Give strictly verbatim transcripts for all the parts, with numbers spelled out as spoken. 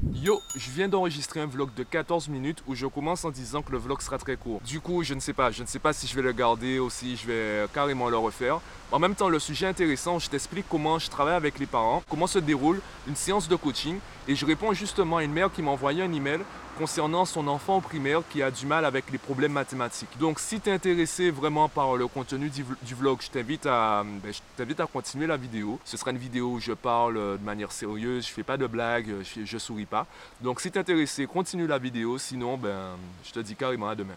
Yo, je viens d'enregistrer un vlog de quatorze minutes où je commence en disant que le vlog sera très court. Du coup, je ne sais pas, je ne sais pas si je vais le garder ou si je vais carrément le refaire. En même temps, le sujet intéressant, je t'explique comment je travaille avec les parents, comment se déroule une séance de coaching et je réponds justement à une mère qui m'a envoyé un email concernant son enfant au primaire qui a du mal avec les problèmes mathématiques. Donc si tu es intéressé vraiment par le contenu du, du vlog, je t'invite à, ben, je t'invite à continuer la vidéo. Ce sera une vidéo où je parle de manière sérieuse, je fais pas de blagues, je, je souris pas. Donc si tu es intéressé, continue la vidéo, sinon ben, je te dis carrément à demain.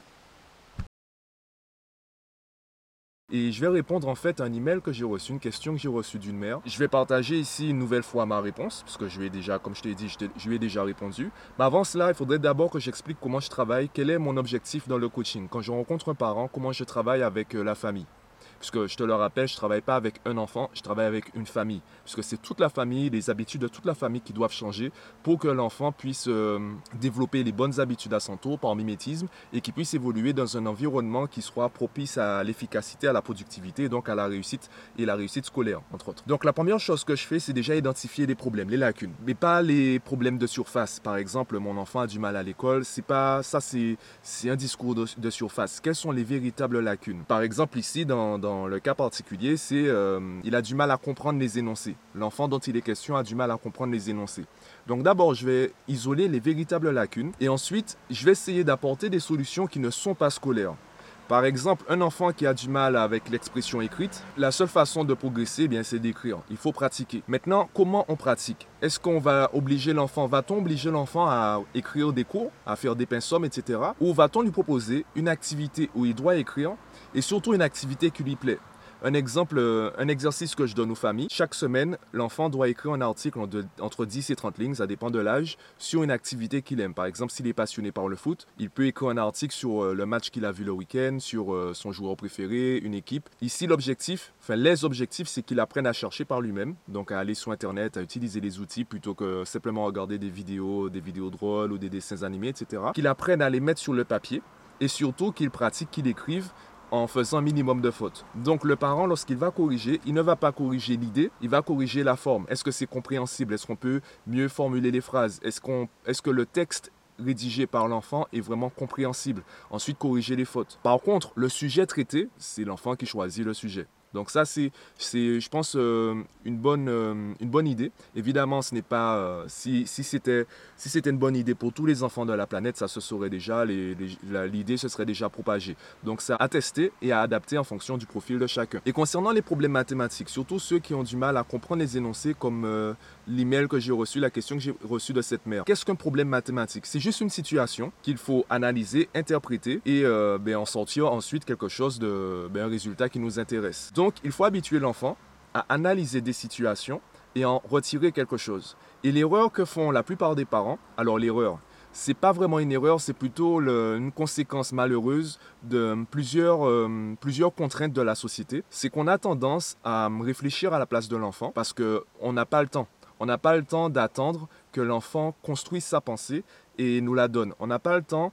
Et je vais répondre en fait à un email que j'ai reçu, une question que j'ai reçue d'une mère. Je vais partager ici une nouvelle fois ma réponse, parce que je lui ai déjà, comme je t'ai dit, je, je lui ai déjà répondu. Mais avant cela, il faudrait d'abord que j'explique comment je travaille, quel est mon objectif dans le coaching. Quand je rencontre un parent, comment je travaille avec la famille. Puisque je te le rappelle, je ne travaille pas avec un enfant, je travaille avec une famille. Puisque c'est toute la famille, les habitudes de toute la famille qui doivent changer pour que l'enfant puisse euh, développer les bonnes habitudes à son tour par mimétisme et qu'il puisse évoluer dans un environnement qui soit propice à l'efficacité, à la productivité et donc à la réussite et la réussite scolaire, entre autres. Donc la première chose que je fais, c'est déjà identifier les problèmes, les lacunes. Mais pas les problèmes de surface. Par exemple, mon enfant a du mal à l'école. C'est pas ça, c'est un discours de, de surface. Quelles sont les véritables lacunes? Par exemple, ici, dans, dans Dans le cas particulier, c'est euh, il a du mal à comprendre les énoncés. L'enfant dont il est question a du mal à comprendre les énoncés. Donc d'abord, je vais isoler les véritables lacunes et ensuite, je vais essayer d'apporter des solutions qui ne sont pas scolaires. Par exemple, un enfant qui a du mal avec l'expression écrite, la seule façon de progresser, eh bien, c'est d'écrire. Il faut pratiquer. Maintenant, comment on pratique? Est-ce qu'on va obliger l'enfant, va-t-on obliger l'enfant à écrire des cours, à faire des pinceaux, et cetera. Ou va-t-on lui proposer une activité où il doit écrire et surtout une activité qui lui plaît? Un exemple, un exercice que je donne aux familles. Chaque semaine, l'enfant doit écrire un article entre dix et trente lignes, ça dépend de l'âge, sur une activité qu'il aime. Par exemple, s'il est passionné par le foot, il peut écrire un article sur le match qu'il a vu le week-end, sur son joueur préféré, une équipe. Ici, l'objectif, enfin les objectifs, c'est qu'il apprenne à chercher par lui-même, donc à aller sur Internet, à utiliser les outils plutôt que simplement regarder des vidéos, des vidéos drôles ou des dessins animés, et cetera. Qu'il apprenne à les mettre sur le papier et surtout qu'il pratique, qu'il écrive en faisant un minimum de fautes. Donc le parent, lorsqu'il va corriger, il ne va pas corriger l'idée, il va corriger la forme. Est-ce que c'est compréhensible? Est-ce qu'on peut mieux formuler les phrases? Est-ce qu'on, est-ce que le texte rédigé par l'enfant est vraiment compréhensible? Ensuite, corriger les fautes. Par contre, le sujet traité, c'est l'enfant qui choisit le sujet. Donc ça, c'est, je pense, euh, une, bonne, euh, une bonne idée. Évidemment, ce n'est pas, euh, si, si c'était si c'était une bonne idée pour tous les enfants de la planète, ça se saurait déjà, l'idée se serait déjà propagée. Donc ça à tester et à adapter en fonction du profil de chacun. Et concernant les problèmes mathématiques, surtout ceux qui ont du mal à comprendre les énoncés, comme euh, l'email que j'ai reçu, la question que j'ai reçue de cette mère. Qu'est-ce qu'un problème mathématique? C'est juste une situation qu'il faut analyser, interpréter et euh, ben, en sortir ensuite quelque chose de, ben, un résultat qui nous intéresse. Donc, il faut habituer l'enfant à analyser des situations et en retirer quelque chose. Et l'erreur que font la plupart des parents, alors l'erreur, c'est pas vraiment une erreur, c'est plutôt le, une conséquence malheureuse de plusieurs, euh, plusieurs contraintes de la société, c'est qu'on a tendance à réfléchir à la place de l'enfant parce qu'on n'a pas le temps. On n'a pas le temps d'attendre que l'enfant construise sa pensée et nous la donne. On n'a pas le temps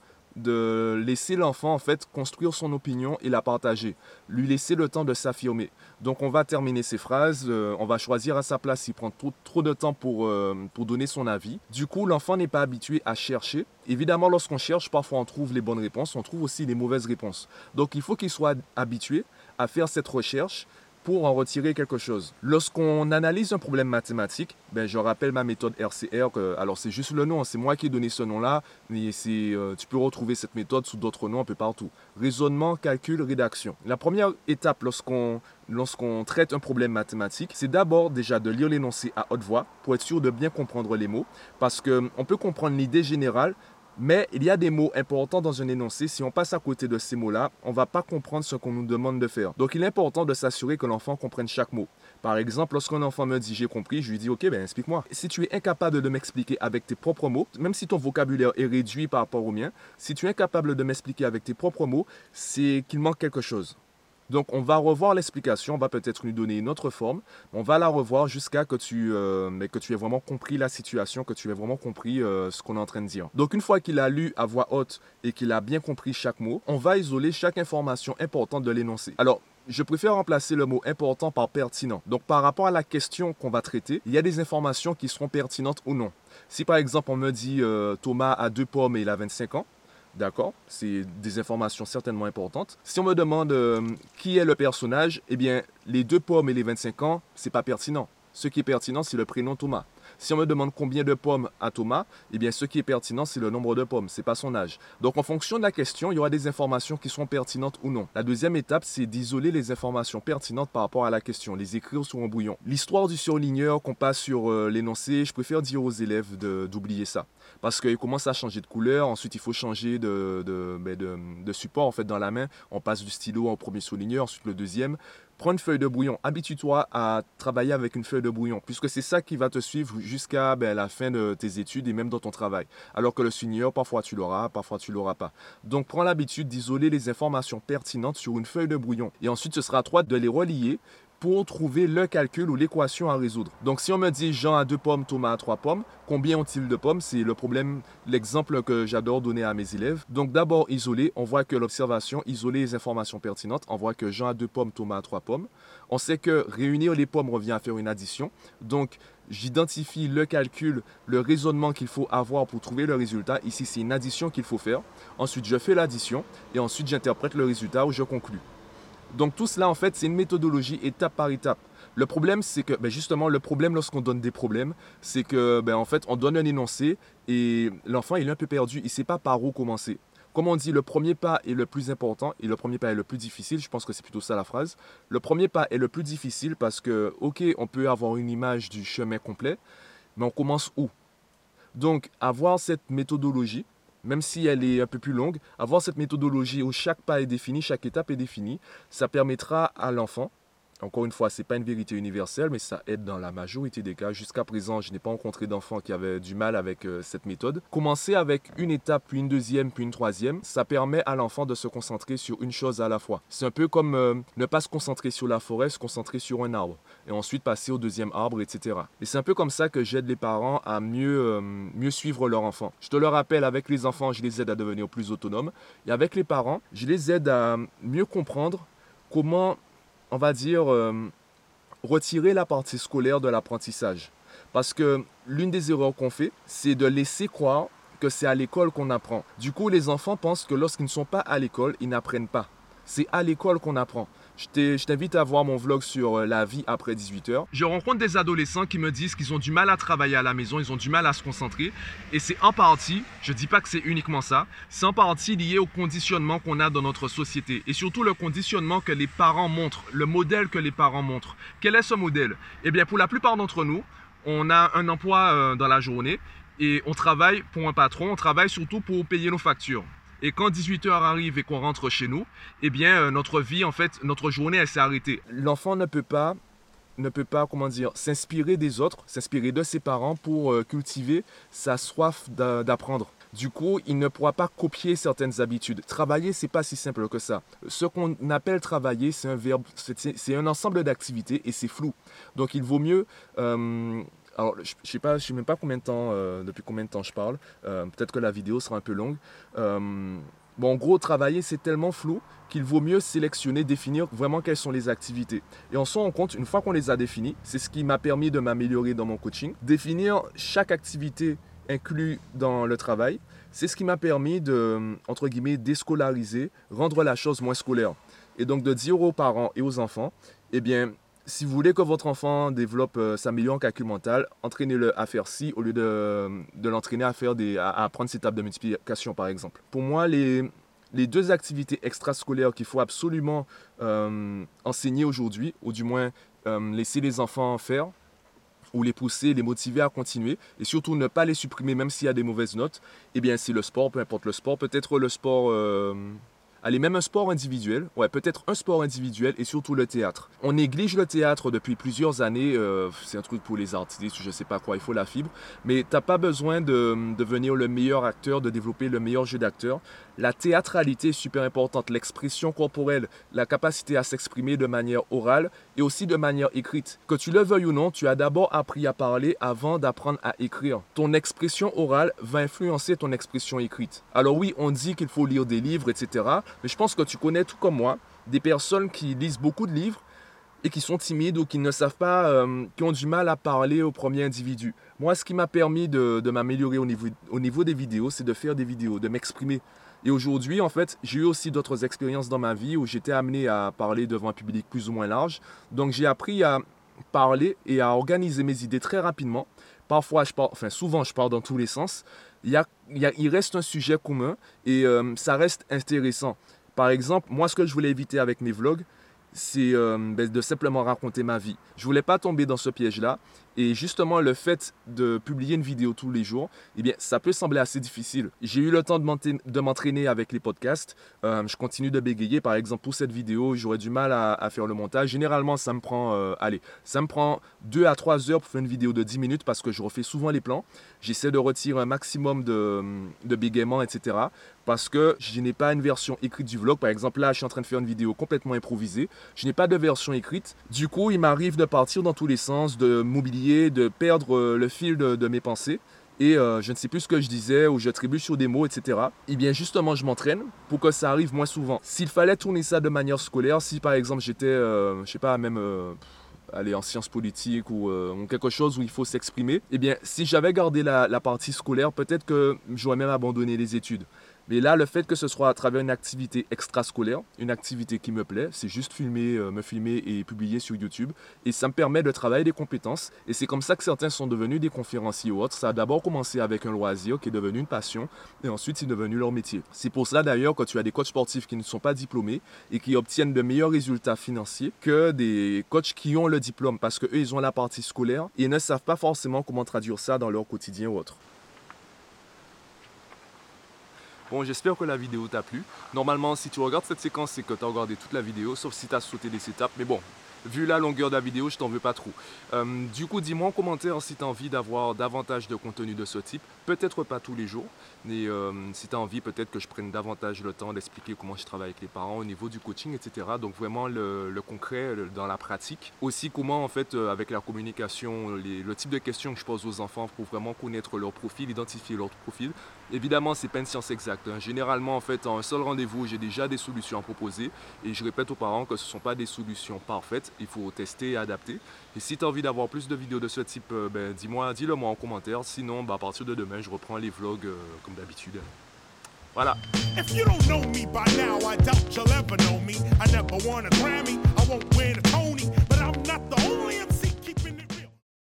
de laisser l'enfant en fait construire son opinion et la partager, lui laisser le temps de s'affirmer. Donc on va terminer ses phrases, euh, on va choisir à sa place s'il prend trop, trop de temps pour, euh, pour donner son avis. Du coup, l'enfant n'est pas habitué à chercher. Évidemment, lorsqu'on cherche, parfois on trouve les bonnes réponses, on trouve aussi les mauvaises réponses. Donc il faut qu'il soit habitué à faire cette recherche pour en retirer quelque chose. Lorsqu'on analyse un problème mathématique, ben je rappelle ma méthode R C R, que, alors c'est juste le nom, c'est moi qui ai donné ce nom-là, mais euh, tu peux retrouver cette méthode sous d'autres noms un peu partout. Raisonnement, calcul, rédaction. La première étape lorsqu'on lorsqu'on traite un problème mathématique, c'est d'abord déjà de lire l'énoncé à haute voix pour être sûr de bien comprendre les mots, parce qu'on peut comprendre l'idée générale, mais il y a des mots importants dans un énoncé. Si on passe à côté de ces mots-là, on ne va pas comprendre ce qu'on nous demande de faire. Donc il est important de s'assurer que l'enfant comprenne chaque mot. Par exemple, lorsqu'un enfant me dit « j'ai compris », je lui dis « ok, ben explique-moi ». Si tu es incapable de m'expliquer avec tes propres mots, même si ton vocabulaire est réduit par rapport au mien, si tu es incapable de m'expliquer avec tes propres mots, c'est qu'il manque quelque chose. Donc, on va revoir l'explication, on va peut-être lui donner une autre forme. On va la revoir jusqu'à que tu, euh, mais que tu aies vraiment compris la situation, que tu aies vraiment compris euh, ce qu'on est en train de dire. Donc, une fois qu'il a lu à voix haute et qu'il a bien compris chaque mot, on va isoler chaque information importante de l'énoncé. Alors, je préfère remplacer le mot important par pertinent. Donc par rapport à la question qu'on va traiter, il y a des informations qui seront pertinentes ou non. Si par exemple on me dit euh, Thomas a deux pommes et il a vingt-cinq ans, d'accord, c'est des informations certainement importantes. Si on me demande euh, qui est le personnage, eh bien les deux pommes et les vingt-cinq ans, c'est pas pertinent. Ce qui est pertinent, c'est le prénom Thomas. Si on me demande combien de pommes a Thomas, eh bien ce qui est pertinent, c'est le nombre de pommes, c'est pas son âge. Donc en fonction de la question, il y aura des informations qui seront pertinentes ou non. La deuxième étape, c'est d'isoler les informations pertinentes par rapport à la question, les écrire sur un brouillon. L'histoire du surligneur qu'on passe sur euh, l'énoncé, je préfère dire aux élèves d'oublier ça. Parce qu'il commence à changer de couleur, ensuite il faut changer de, de, de, de, de support en fait dans la main. On passe du stylo au premier surligneur, ensuite le deuxième. Prends une feuille de brouillon, habitue-toi à travailler avec une feuille de brouillon, puisque c'est ça qui va te suivre jusqu'à ben, la fin de tes études et même dans ton travail. Alors que le surligneur, parfois tu l'auras, parfois tu l'auras pas. Donc prends l'habitude d'isoler les informations pertinentes sur une feuille de brouillon. Et ensuite, ce sera à toi de les relier pour trouver le calcul ou l'équation à résoudre. Donc si on me dit Jean a deux pommes, Thomas a trois pommes, combien ont-ils de pommes? C'est le problème, l'exemple que j'adore donner à mes élèves. Donc d'abord isoler, on voit que l'observation, isoler les informations pertinentes, on voit que Jean a deux pommes, Thomas a trois pommes. On sait que réunir les pommes revient à faire une addition. Donc j'identifie le calcul, le raisonnement qu'il faut avoir pour trouver le résultat. Ici c'est une addition qu'il faut faire. Ensuite je fais l'addition et ensuite j'interprète le résultat ou je conclus. Donc tout cela, en fait, c'est une méthodologie étape par étape. Le problème, c'est que, ben justement, le problème lorsqu'on donne des problèmes, c'est que, ben, en fait, on donne un énoncé et l'enfant, il est un peu perdu, il ne sait pas par où commencer. Comme on dit, le premier pas est le plus important et le premier pas est le plus difficile. Je pense que c'est plutôt ça la phrase. Le premier pas est le plus difficile parce que, ok, on peut avoir une image du chemin complet, mais on commence où? Donc, avoir cette méthodologie, même si elle est un peu plus longue, avoir cette méthodologie où chaque pas est défini, chaque étape est définie, ça permettra à l'enfant, encore une fois, ce n'est pas une vérité universelle, mais ça aide dans la majorité des cas. Jusqu'à présent, je n'ai pas rencontré d'enfants qui avaient du mal avec euh, cette méthode. Commencer avec une étape, puis une deuxième, puis une troisième, ça permet à l'enfant de se concentrer sur une chose à la fois. C'est un peu comme euh, ne pas se concentrer sur la forêt, se concentrer sur un arbre, et ensuite passer au deuxième arbre, et cetera. Et c'est un peu comme ça que j'aide les parents à mieux, euh, mieux suivre leur enfant. Je te le rappelle, avec les enfants, je les aide à devenir plus autonomes, et avec les parents, je les aide à mieux comprendre comment, on va dire, euh, retirer la partie scolaire de l'apprentissage. Parce que l'une des erreurs qu'on fait, c'est de laisser croire que c'est à l'école qu'on apprend. Du coup, les enfants pensent que lorsqu'ils ne sont pas à l'école, ils n'apprennent pas. C'est à l'école qu'on apprend. Je t'invite à voir mon vlog sur la vie après dix-huit heures. Je rencontre des adolescents qui me disent qu'ils ont du mal à travailler à la maison, ils ont du mal à se concentrer. Et c'est en partie, je ne dis pas que c'est uniquement ça, c'est en partie lié au conditionnement qu'on a dans notre société. Et surtout le conditionnement que les parents montrent, le modèle que les parents montrent. Quel est ce modèle? Eh bien, pour la plupart d'entre nous, on a un emploi euh, dans la journée et on travaille pour un patron, on travaille surtout pour payer nos factures. Et quand dix-huit heures arrive et qu'on rentre chez nous, eh bien, euh, notre vie, en fait, notre journée, elle s'est arrêtée. L'enfant ne peut pas, ne peut pas, comment dire, s'inspirer des autres, s'inspirer de ses parents pour euh, cultiver sa soif d'apprendre. Du coup, il ne pourra pas copier certaines habitudes. Travailler, c'est pas si simple que ça. Ce qu'on appelle travailler, c'est un verbe, c'est un ensemble d'activités et c'est flou. Donc, il vaut mieux... Euh, Alors, je ne sais pas, je sais même pas combien de temps, euh, depuis combien de temps je parle. Euh, Peut-être que la vidéo sera un peu longue. Euh, bon, en gros, travailler, c'est tellement flou qu'il vaut mieux sélectionner, définir vraiment quelles sont les activités. Et on se rend compte, une fois qu'on les a définies, c'est ce qui m'a permis de m'améliorer dans mon coaching. Définir chaque activité inclue dans le travail, c'est ce qui m'a permis de, entre guillemets, déscolariser, rendre la chose moins scolaire. Et donc de dire aux parents et aux enfants, eh bien, si vous voulez que votre enfant développe, euh, s'améliore en calcul mental, entraînez-le à faire ci au lieu de, de l'entraîner à, faire des, à, à apprendre ses tables de multiplication, par exemple. Pour moi, les, les deux activités extrascolaires qu'il faut absolument euh, enseigner aujourd'hui, ou du moins euh, laisser les enfants faire, ou les pousser, les motiver à continuer, et surtout ne pas les supprimer même s'il y a des mauvaises notes, eh bien c'est le sport, peu importe le sport, peut-être le sport... Euh, Allez, même un sport individuel, ouais, peut-être un sport individuel et surtout le théâtre. On néglige le théâtre depuis plusieurs années, euh, c'est un truc pour les artistes, je sais pas quoi, il faut la fibre, mais t'as pas besoin de devenir le meilleur acteur, de développer le meilleur jeu d'acteur. La théâtralité est super importante, l'expression corporelle, la capacité à s'exprimer de manière orale et aussi de manière écrite. Que tu le veuilles ou non, tu as d'abord appris à parler avant d'apprendre à écrire. Ton expression orale va influencer ton expression écrite. Alors oui, on dit qu'il faut lire des livres, et cetera. Mais je pense que tu connais tout comme moi des personnes qui lisent beaucoup de livres et qui sont timides ou qui ne savent pas, euh, qui ont du mal à parler au premier individu. Moi, ce qui m'a permis de, de m'améliorer au niveau, au niveau des vidéos, c'est de faire des vidéos, de m'exprimer. Et aujourd'hui, en fait, j'ai eu aussi d'autres expériences dans ma vie où j'étais amené à parler devant un public plus ou moins large. Donc, j'ai appris à parler et à organiser mes idées très rapidement. Parfois, je parle, enfin souvent, je parle dans tous les sens. Il, y a, il, y a, il reste un sujet commun et euh, ça reste intéressant. Par exemple, moi, ce que je voulais éviter avec mes vlogs, c'est euh, ben, de simplement raconter ma vie. Je ne voulais pas tomber dans ce piège-là. Et justement, le fait de publier une vidéo tous les jours, eh bien, ça peut sembler assez difficile. J'ai eu le temps de m'entraîner avec les podcasts. Euh, je continue de bégayer. Par exemple, pour cette vidéo, j'aurais du mal à, à faire le montage. Généralement, ça me prend, euh, allez, ça me prend deux à trois heures pour faire une vidéo de dix minutes parce que je refais souvent les plans. J'essaie de retirer un maximum de, de bégaiement, et cetera. Parce que je n'ai pas une version écrite du vlog. Par exemple, là, je suis en train de faire une vidéo complètement improvisée. Je n'ai pas de version écrite. Du coup, il m'arrive de partir dans tous les sens, de m'oublier, de perdre le fil de, de mes pensées et euh, je ne sais plus ce que je disais ou je trébuche sur des mots, et cetera. Et bien justement, je m'entraîne pour que ça arrive moins souvent. S'il fallait tourner ça de manière scolaire, si par exemple j'étais, euh, je sais pas, même euh, aller en sciences politiques ou euh, quelque chose où il faut s'exprimer, eh bien si j'avais gardé la, la partie scolaire, peut-être que j'aurais même abandonné les études. Mais là, le fait que ce soit à travers une activité extrascolaire, une activité qui me plaît, c'est juste filmer, euh, me filmer et publier sur YouTube. Et ça me permet de travailler des compétences. Et c'est comme ça que certains sont devenus des conférenciers ou autres. Ça a d'abord commencé avec un loisir qui est devenu une passion. Et ensuite, c'est devenu leur métier. C'est pour cela d'ailleurs que tu as des coachs sportifs qui ne sont pas diplômés et qui obtiennent de meilleurs résultats financiers que des coachs qui ont le diplôme. Parce qu'eux, ils ont la partie scolaire et ne savent pas forcément comment traduire ça dans leur quotidien ou autre. Bon, j'espère que la vidéo t'a plu. Normalement, si tu regardes cette séquence, c'est que tu as regardé toute la vidéo, sauf si tu as sauté des étapes. Mais bon, vu la longueur de la vidéo, je t'en veux pas trop. Euh, du coup, dis-moi en commentaire si tu as envie d'avoir davantage de contenu de ce type. Peut-être pas tous les jours, mais euh, si tu as envie, peut-être que je prenne davantage le temps d'expliquer comment je travaille avec les parents au niveau du coaching, et cetera. Donc vraiment le, le concret le, dans la pratique. Aussi comment, en fait, euh, avec la communication, les, le type de questions que je pose aux enfants pour vraiment connaître leur profil, identifier leur profil. Évidemment, ce n'est pas une science exacte. Hein. Généralement, en fait, en un seul rendez-vous, j'ai déjà des solutions à proposer. Et je répète aux parents que ce ne sont pas des solutions parfaites. Il faut tester et adapter. Et si tu as envie d'avoir plus de vidéos de ce type, euh, ben, dis-moi, dis-le moi en commentaire. Sinon, ben, à partir de demain, je reprends les vlogs euh, comme d'habitude. Voilà. If you don't know me by now, I doubt you'll ever know me. I never won a Grammy, I won't win a Tony, but I'm not the only M C